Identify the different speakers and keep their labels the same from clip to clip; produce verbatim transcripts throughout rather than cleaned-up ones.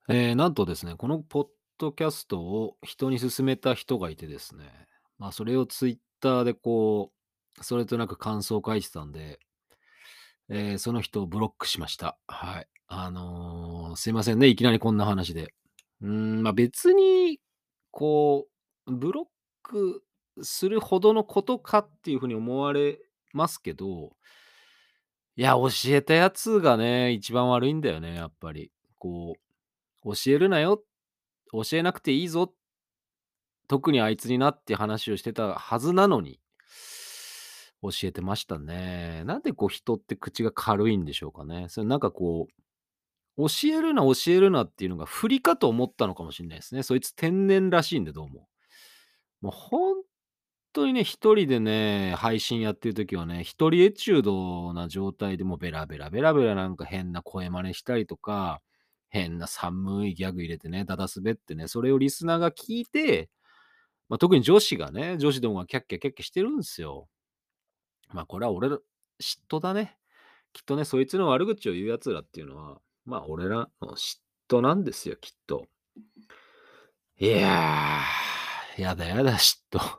Speaker 1: えーなんとですね、このポッドキャストを人に勧めた人がいてですね、まあ、それをツイッターでこう、それとなく感想を書いてたんで、えーその人をブロックしました。はい。あのーすいませんね、いきなりこんな話で。うーん、まあ、別に、こう、ブロックするほどのことかっていうふうに思われますけど、いや、教えたやつがね、一番悪いんだよね、やっぱり。こう、教えるなよ、教えなくていいぞ、特にあいつになって話をしてたはずなのに、教えてましたね。なんでこう人って口が軽いんでしょうかね。それなんかこう、教えるな教えるなっていうのが振りかと思ったのかもしれないですね。そいつ天然らしいんで、どうも。もう本当にね、一人でね、配信やってる時はね、一人エチュードな状態でもうベラベラベラベラなんか変な声真似したりとか、変な寒いギャグ入れてね、だだ滑ってね、それをリスナーが聞いて、まあ、特に女子がね、女子どもがキャッキャキャッキャしてるんですよ。まあ、これは俺の嫉妬だね。きっとね、そいつの悪口を言う奴らっていうのは、まあ、俺らの嫉妬なんですよ、きっと。いやー、やだやだ、嫉妬。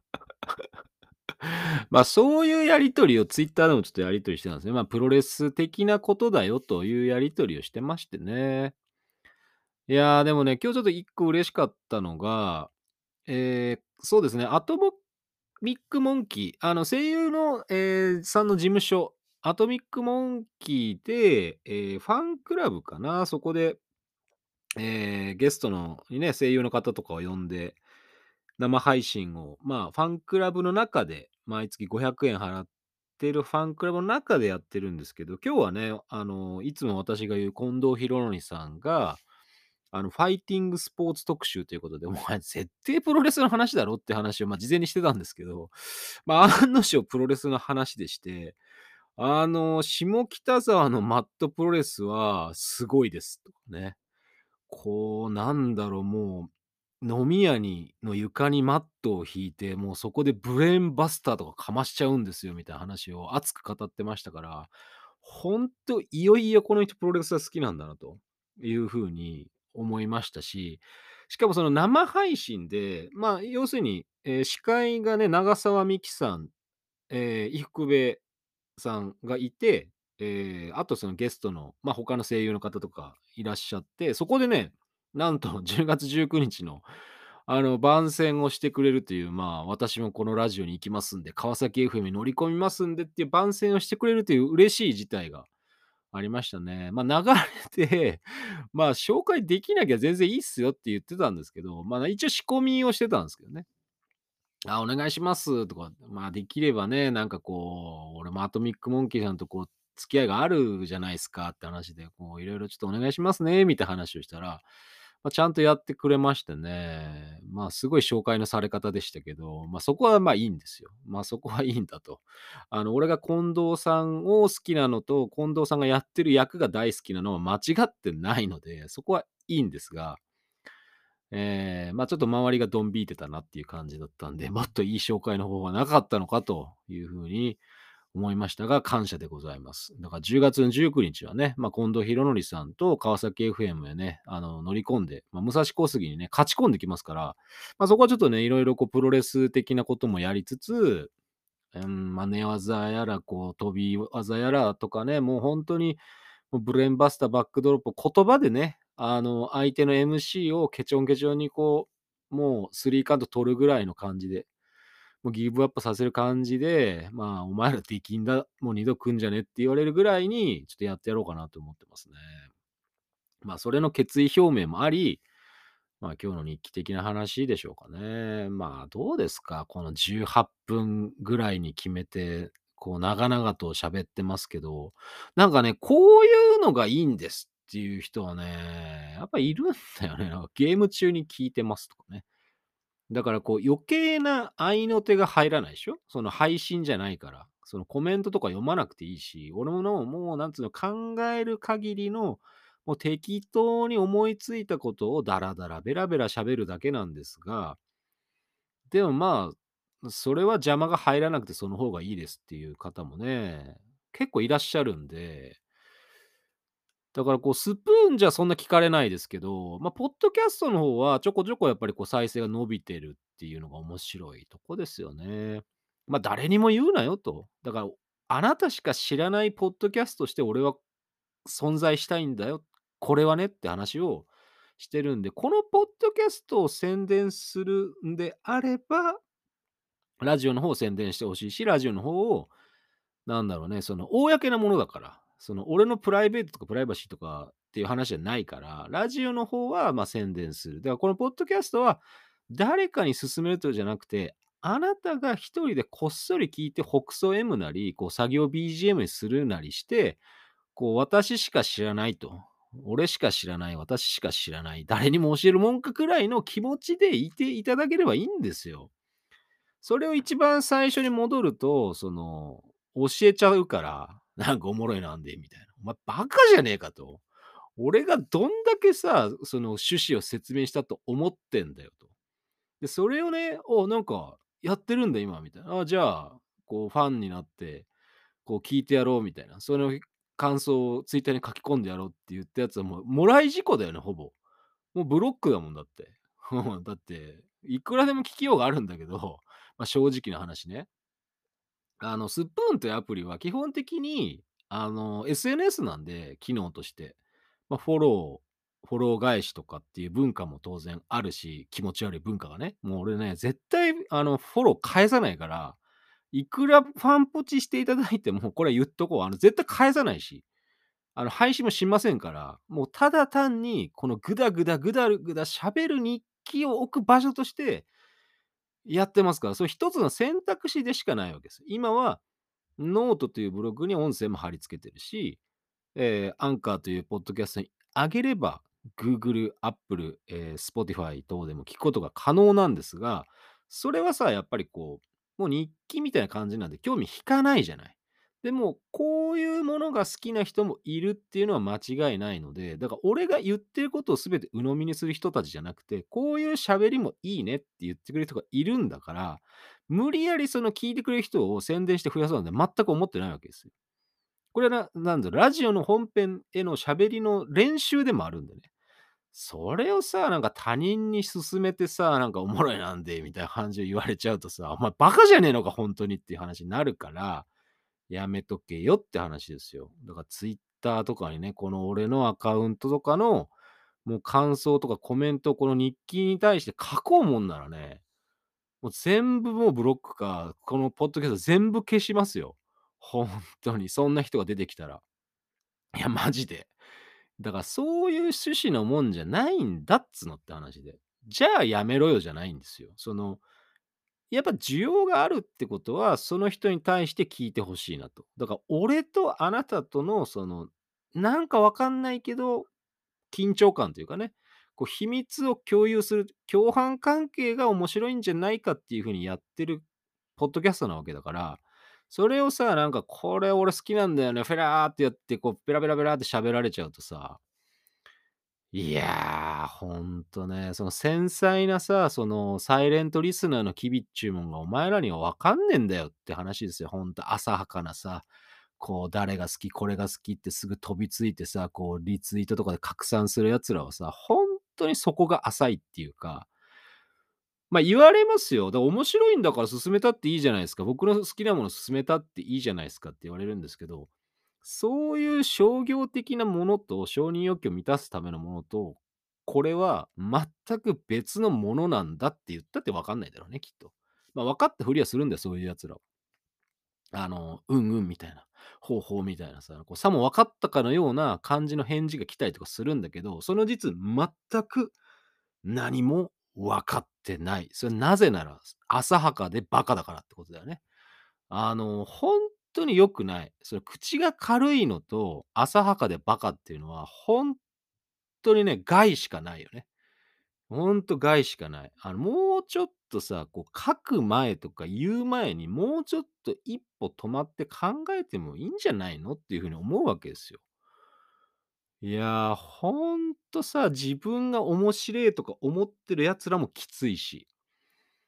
Speaker 1: まあ、そういうやり取りをツイッターでもちょっとやり取りしてたんですね。まあ、プロレス的なことだよというやり取りをしてましてね。いやー、でもね、今日ちょっと一個嬉しかったのが、えーそうですね、アトモミックモンキー、あの、声優の、えーさんの事務所、アトミックモンキーで、えーファンクラブかな、そこで、えーゲストのにね、声優の方とかを呼んで、生配信を、まあ、ファンクラブの中で、毎月ごひゃくえん払ってるファンクラブの中でやってるんですけど、今日はね、あの、いつも私が言う近藤博則さんが、あの、ファイティングスポーツ特集ということで、お前絶対プロレスの話だろって話を、まあ、事前にしてたんですけど、まあ、案の定プロレスの話でして、あの、下北沢のマットプロレスはすごいですとかね。こう、なんだろう、もう、飲み屋にの床にマットを引いて、もうそこでブレーンバスターとかかましちゃうんですよみたいな話を熱く語ってましたから、ほんといよいよこの人プロレスが好きなんだなという風に思いましたし、しかもその生配信で、まあ、要するに、えー司会がね、長澤美樹さん、えー伊福部さんがいて、えーあとそのゲストの、まあ、他の声優の方とかいらっしゃって、そこでね、なんとじゅうがつじゅうくにちの、あの、番宣をしてくれるという、まあ、私もこのラジオに行きますんで、川崎 エフエム に乗り込みますんでっていう番宣をしてくれるという嬉しい事態がありましたね。まあ、流れて、まあ、紹介できなきゃ全然いいっすよって言ってたんですけど、まあ、一応仕込みをしてたんですけどね。あ、お願いしますとか、まあ、できればね、なんかこう、俺もアトミックモンキーさんとこう、付き合いがあるじゃないですかって話で、こう、いろいろちょっとお願いしますね、みたいな話をしたら、まあ、ちゃんとやってくれましてね、まあ、すごい紹介のされ方でしたけど、まあ、そこはまあいいんですよ。まあ、そこはいいんだと。あの、俺が近藤さんを好きなのと、近藤さんがやってる役が大好きなのは間違ってないので、そこはいいんですが、ええ、ま、ちょっと周りがドン引いてたなっていう感じだったんで、もっといい紹介の方法はなかったのかという風に思いましたが、感謝でございます。だからじゅうがつのじゅうくにちはね、ま、近藤博則さんと川崎 エフエム へね、あの、乗り込んで、ま、武蔵小杉にね、勝ち込んできますから、ま、そこはちょっとね、色々こうプロレス的なこともやりつつ、うーん、ま、寝技やら、こう飛び技やらとかね、もうほんとにもうブレーンバスター、バックドロップを言葉でね、あの、相手の エムシー をケチョンケチョンにこう、もうスリーカウント取るぐらいの感じで、もうギブアップさせる感じで、まあ、お前らできんだ、もう二度来んじゃねって言われるぐらいに、ちょっとやってやろうかなと思ってますね。まあ、それの決意表明もあり、まあ、今日の日記的な話でしょうかね。まあ、どうですか、このじゅうはっぷんぐらいに決めて、こう長々と喋ってますけど、なんかね、こういうのがいいんですっていう人はね、やっぱいるんだよね。なんかゲーム中に聞いてますとかね。だからこう余計な合いの手が入らないでしょ？その配信じゃないから。そのコメントとか読まなくていいし、俺のもうなんつうの、考える限りの、もう適当に思いついたことをダラダラベラベラ喋るだけなんですが、でもまあ、それは邪魔が入らなくてその方がいいですっていう方もね、結構いらっしゃるんで、 だからこうスプーンじゃそんな聞かれないですけど、ま、ポッドキャストの方はちょこちょこやっぱりこう再生が伸びてるっていうのが面白いとこですよね。ま、誰にも言うなよと。だから、あなたしか知らないポッドキャストとして俺は存在したいんだよ。これはねって話をしてるんで、このポッドキャストを宣伝するんであれば、ラジオの方を宣伝してほしいし、ラジオの方を、なんだろうね、その、公なものだから、その、俺のプライベートとかプライバシーとかっていう話じゃないから、ラジオの方は、ま、宣伝する。だからこのポッドキャストは、誰かに勧めるとじゃなくて、あなたが一人でこっそり聞いてほくそ笑むなり、こう作業 ビージーエム にするなりして、こう私しか知らないと。俺しか知らない、私しか知らない、誰にも教えるもんかくらいの気持ちでいていただければいいんですよ。それを一番最初に戻ると、その、教えちゃうから、なんかおもろいなんで、みたいな。お前バカじゃねえかと。俺がどんだけさ、その趣旨を説明したと思ってんだよと。で、それをね、おなんかやってるんだ今みたいな。あ、じゃあ、こうファンになって、こう聞いてやろうみたいな。その感想をツイッターに書き込んでやろうって言ったやつはもう、もらい事故だよね、ほぼ。もうブロックだもんだって。だって、いくらでも聞きようがあるんだけど、まあ、正直な話ね。あの、スプーンというアプリは基本的に、あの、エスエヌエス なんで、機能として。まあ、フォロー、フォロー返しとかっていう文化も当然あるし、気持ち悪い文化がね。もう俺ね、絶対、あの、フォロー返さないから、いくらファンポチしていただいても、これは言っとこう。あの、絶対返さないし、あの、配信もしませんから、もうただ単に、このグダグダグダグダ喋る日記を置く場所としてやってますから、それ一つの選択肢でしかないわけです。今はノートというブログに音声も貼り付けてるし、えー、アンカーというポッドキャストに上げれば、Google、Apple、えー、Spotify 等でも聞くことが可能なんですが、それはさ、やっぱりこう、もう日記みたいな感じなんで興味引かないじゃない。でも、こういうものが好きな人もいるっていうのは間違いないので、だから俺が言ってることを全て鵜呑みにする人たちじゃなくて、こういう喋りもいいねって言ってくれる人がいるんだから、無理やりその聞いてくれる人を宣伝して増やそうなんて全く思ってないわけですよ。これはななんだろう、ラジオの本編への喋りの練習でもあるんでね。それをさ、なんか他人に勧めてさ、なんかおもろいなんで、みたいな感じで言われちゃうとさ、お前バカじゃねえのか、本当にっていう話になるから、やめとけよって話ですよ。だからツイッターとかにね、この俺のアカウントとかの、もう感想とかコメントをこの日記に対して書こうもんならね、もう全部もうブロックか、このポッドキャスト全部消しますよ。本当に、そんな人が出てきたら。いや、マジで。だからそういう趣旨のもんじゃないんだっつのって話で。じゃあやめろよじゃないんですよ。その、やっぱ需要があるってことは、その人に対して聞いてほしいなと。だから俺とあなたとのその、なんかわかんないけど、緊張感というかね、こう秘密を共有する、共犯関係が面白いんじゃないかっていう風にやってるポッドキャストなわけだから、それをさ、なんかこれ俺好きなんだよね、フェラーってやって、こうペラペラペラって喋られちゃうとさ、いやー、ほんとね、その繊細なさ、そのサイレントリスナーの機微っちゅうもんがお前らにはわかんねえんだよって話ですよ。ほんと浅はかなさ、こう誰が好き、これが好きってすぐ飛びついてさ、こうリツイートとかで拡散する奴らはさ、ほんとにそこが浅いっていうか、ま、言われますよ。だ、面白いんだから勧めたっていいじゃないですか。僕の好きなもの勧めたっていいじゃないすかって言われるんですけど、そういう商業的なものと、承認欲求を満たすためのものと、これは全く別のものなんだって言ったって分かんないだろうね、きっと。ま、分かってふりはするんだよ、そういう奴らは。あの、うんうんみたいな、ほうほうみたいなさ、こうさも分かったかのような感じの返事が来たりとかするんだけど、その実全く何も分かってない。それなぜなら、浅はかでバカだからってことだよね。あの、ほんとに良くない。それ口が軽いのと、浅はかでバカっていうのは、ほんとにね、害しかないよね。ほんと害しかない。あの、もうちょっとさ、こう書く前とか言う前に、もうちょっと一歩止まって考えてもいいんじゃないのっていう風に思うわけですよ。いや、ほんとさ、自分が面白えとか思ってる奴らもきついし。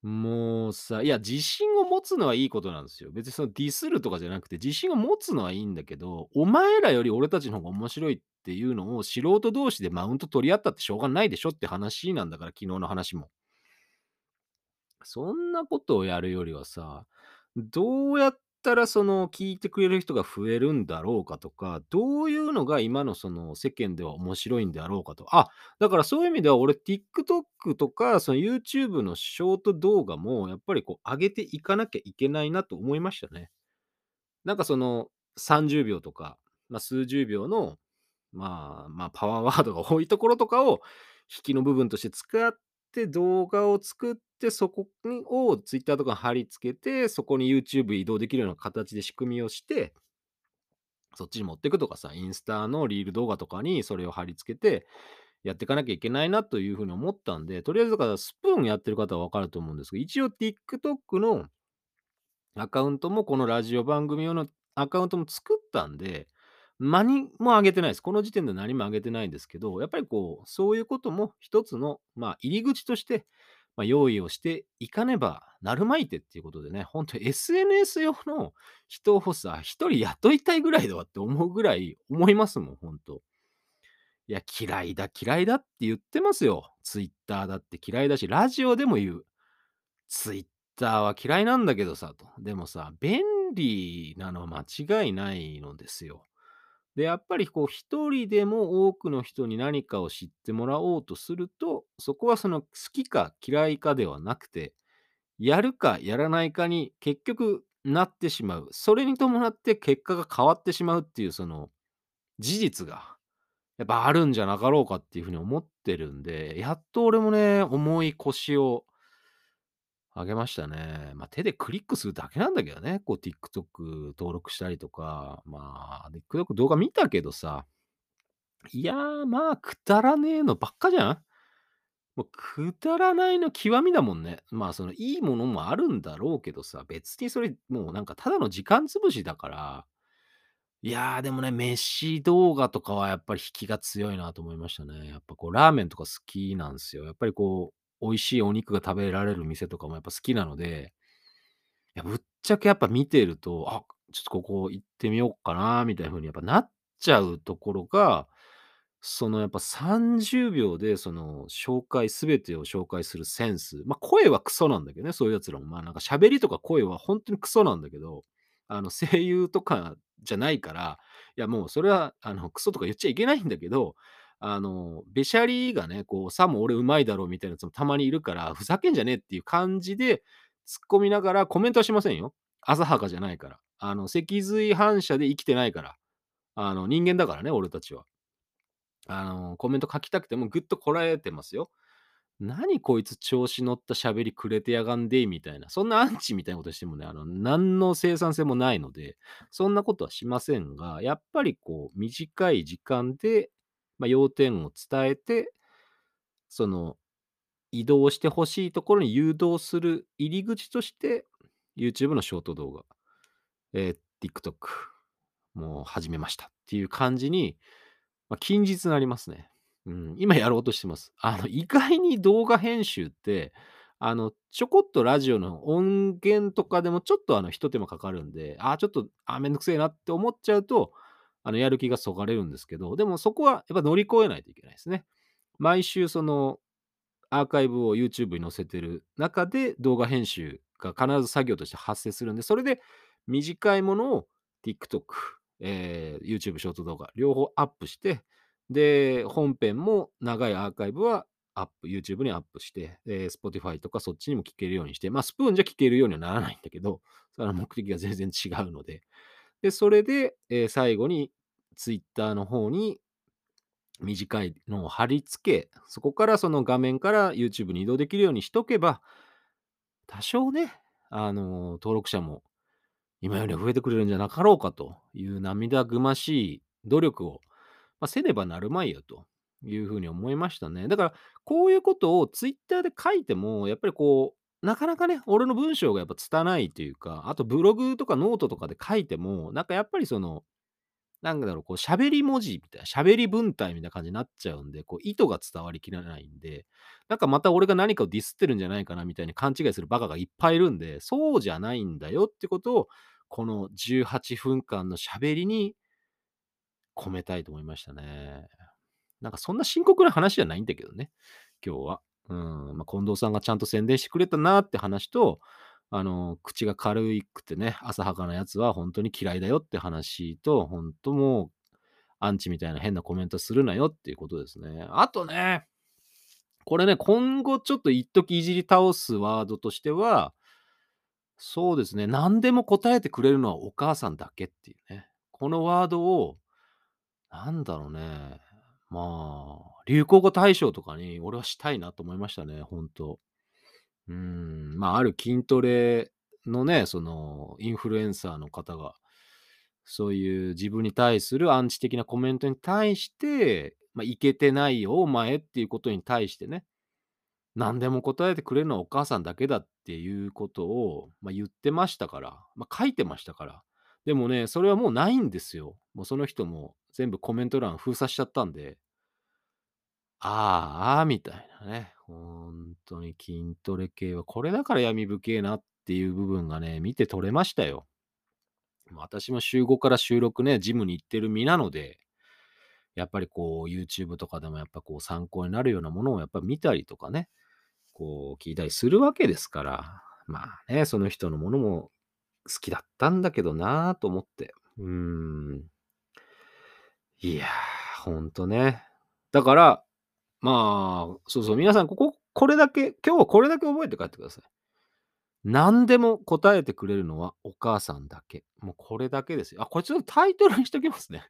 Speaker 1: もうさ、いや、自信を持つのはいいことなんですよ。別にそのディスるとかじゃなくて、自信を持つのはいいんだけど、お前らより俺たちの方が面白いっていうのを素人同士でマウント取り合ったってしょうがないでしょって話なんだから、昨日の話も。そんなことをやるよりはさ、どうやったらその聞いてくれる人が増えるんだろうかとか、どういうのが今のその世間では面白いんだろうかと。あ、だからそういう意味では俺 TikTok とかその YouTube のショート動画もやっぱりこう上げていかなきゃいけないなと思いましたね。なんかそのさんじゅうびょうとか、まあ、数十秒の、まあ、まあ、パワーワードが多いところとかを引きの部分として使って動画を作って、そこにを Twitter とかに貼り付けて、そこに YouTube 移動できるような形で仕組みをして、そっちに持っていくとかさ、インスタのリール動画とかにそれを貼り付けてやっていかなきゃいけないなというふうに思ったんで、とりあえずだからスプーンやってる方はわかると思うんですけど、一応 TikTok のアカウントもこのラジオ番組用のアカウントも作ったんで、何も上げてないです。この時点で何も上げてないんですけど、やっぱりこう、そういうことも一つの、まあ、入り口として、まあ、用意をしていかねばなるまいてっていうことでね、本当に エスエヌエス 用の人をさ、一人雇いたいぐらいだわって思うぐらい思いますもん、本当。いや、嫌いだ嫌いだって言ってますよ。Twitter だって嫌いだし、ラジオでも言う。ツイッターは嫌いなんだけどさと。でもさ、便利なのは間違いないのですよ。で、やっぱりこう一人でも多くの人に何かを知ってもらおうとすると、そこはその好きか嫌いかではなくて、やるかやらないかに結局なってしまう。それに伴って結果が変わってしまうっていうその事実がやっぱあるんじゃなかろうかっていうふうに思ってるんで、やっと俺もね、重い腰をあげましたね。ま、手でクリックするだけなんだけどね。こう TikTok 登録したりとか、まあ、TikTok 動画見たけどさ、いや、まあ、くだらねえのばっかじゃん。もうくだらないの極みだもんね。まあ、そのいいものもあるんだろうけどさ、別にそれもうなんかただの時間潰しだから、いや、でもね、飯動画とかはやっぱり引きが強いなと思いましたね。やっぱこうラーメンとか好きなんすよ。やっぱりこう、美味しいお肉が食べられる店とかもやっぱ好きなので、いや、ぶっちゃけやっぱ見てると、あ、ちょっとここ行ってみようかなみたいな風にやっぱなっちゃうところが、そのやっぱさんじゅうびょうでその紹介全てを紹介するセンス、ま、声はクソなんだけどね、そういうやつらも。まあ、なんか喋りとか声はほんとにクソなんだけど、あの、声優とかじゃないから、いやもうそれはあの、クソとか言っちゃいけないんだけど、あの、べしゃりがね、こう、さも俺上手いだろうみたいなやつもたまにいるから、ふざけんじゃねえっていう感じで突っ込みながらコメントはしませんよ。浅はかじゃないから。あの、脊髄反射で生きてないから。あの、人間だからね、俺たちは。あの、コメント書きたくてもぐっとこらえてますよ。何こいつ調子乗った喋りくれてやがんでみたいな、そんなアンチみたいなことしてもね、あの、何の生産性もないので、そんなことはしませんが、やっぱりこう、短い時間で、まあ、要点を伝えて、その、移動してほしいところに誘導する入り口として、YouTube のショート動画、えー TikTok、もう始めましたっていう感じに、まあ、近日なりますね。うん、今やろうとしてます。あの、意外に動画編集って、あの、ちょこっとラジオの音源とかでもちょっとあの、一手間かかるんで、ああ、ちょっと、あ、めんどくせえなって思っちゃうと、あの、やる気がそがれるんですけど、でもそこはやっぱ乗り越えないといけないですね。毎週そのアーカイブを YouTube に載せてる中で、動画編集が必ず作業として発生するんで、それで短いものを TikTok、えー YouTube ショート動画、両方アップして、で、本編も長いアーカイブはアップ、YouTube にアップして、えー Spotify とかそっちにも聞けるようにして、まあ、スプーンじゃ聞けるようにはならないんだけど、その目的が全然違うので。で、それで、えー最後に Twitter の方に短いのを貼り付け、そこからその画面から YouTube に移動できるようにしとけば、多少ね、あの、登録者も今よりは増えてくれるんじゃなかろうかという涙ぐましい努力を、まあ、せねばなるまいよというふうに思いましたね。だから、こういうことを Twitter で書いても、やっぱりこう、なかなかね、俺の文章がやっぱ拙いというか、あとブログとかノートとかで書いても、なんかやっぱりそのなんだろう、こう喋り文字みたいな、喋り文体みたいな感じになっちゃうんで、こう意図が伝わりきらないんで、なんかまた俺が何かをディスってるんじゃないかなみたいに勘違いするバカがいっぱいいるんで、そうじゃないんだよってことを、このじゅうはっぷんかんの喋りに込めたいと思いましたね。なんかそんな深刻な話じゃないんだけどね、今日は。うん、まあ、近藤さんがちゃんと宣伝してくれたなって話と、あの、口が軽いくてね、浅はかなやつは本当に嫌いだよって話と、本当もうアンチみたいな変なコメントするなよっていうことですね。あとね、これね、今後ちょっと一時いじり倒すワードとしては、そうですね、何でも答えてくれるのはお母さんだけっていうね。このワードを、なんだろうね、まあ、流行語大賞とかに俺はしたいなと思いましたね、本当。うーん、まあ、ある筋トレのね、その、インフルエンサーの方が、そういう自分に対するアンチ的なコメントに対して、まあ、いけてないよ、お前っていうことに対してね、何でも答えてくれるのはお母さんだけだっていうことを、まあ、言ってましたから、まあ、書いてましたから。でもね、それはもうないんですよ。もうその人も全部コメント欄封鎖しちゃったんで、あーあーみたいなね。本当に筋トレ系はこれだから闇深えなっていう部分がね、見て取れましたよ。私も週ごから週ろくね、ジムに行ってる身なので、やっぱりこう YouTube とかでもやっぱこう参考になるようなものをやっぱ見たりとかね、こう聞いたりするわけですから、まあね、その人のものも好きだったんだけどなぁと思って。うーん。いやー、ほんとね。だから、まあ、そうそう、皆さんここ、これだけ、今日はこれだけ覚えて帰ってください。何でも答えてくれるのはお母さんだけ。もうこれだけですよ。あ、これちょっとタイトルにしときますね。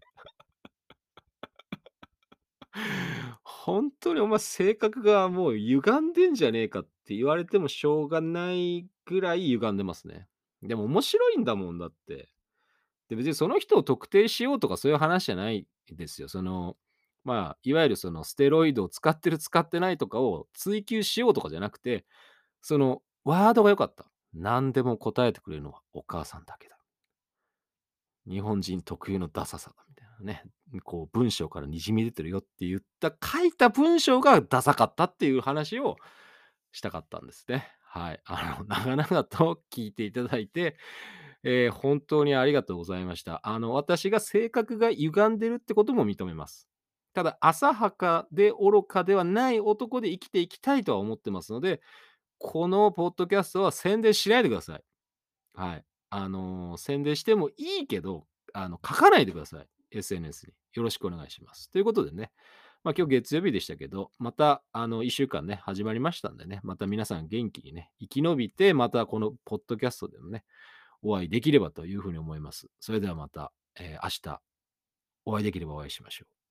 Speaker 1: 本当にお前性格がもう歪んでんじゃねえかって言われてもしょうがないぐらい歪んでますね。でも面白いんだもんだって。で、別にその人を特定しようとかそういう話じゃないですよ。その、まあ、いわゆるそのステロイドを使ってる使ってないとかを追求しようとかじゃなくて、そのワードが良かった。何でも答えてくれるのはお母さんだけだ。日本人特有のダサさだみたいなね。こう文章からにじみ出てるよって言った書いた文章がダサかったっていう話をしたかったんですね。はい。あの、長々と聞いていただいて、えー本当にありがとうございました。あの、私が性格が歪んでるってことも認めます。ただ、浅はかで愚かではない男で生きていきたいとは思ってますので、このポッドキャストは宣伝しないでください。はい。あの、宣伝してもいいけど、あの、書かないでください。エスエヌエス に。よろしくお願いします。ということでね、まあ、今日月曜日でしたけど、また、あの、いっしゅうかんね、始まりましたんでね、また皆さん元気にね、生き延びて、またこのポッドキャストでもね、お会いできればというふうに思います。それではまた、えー明日お会いできればお会いしましょう。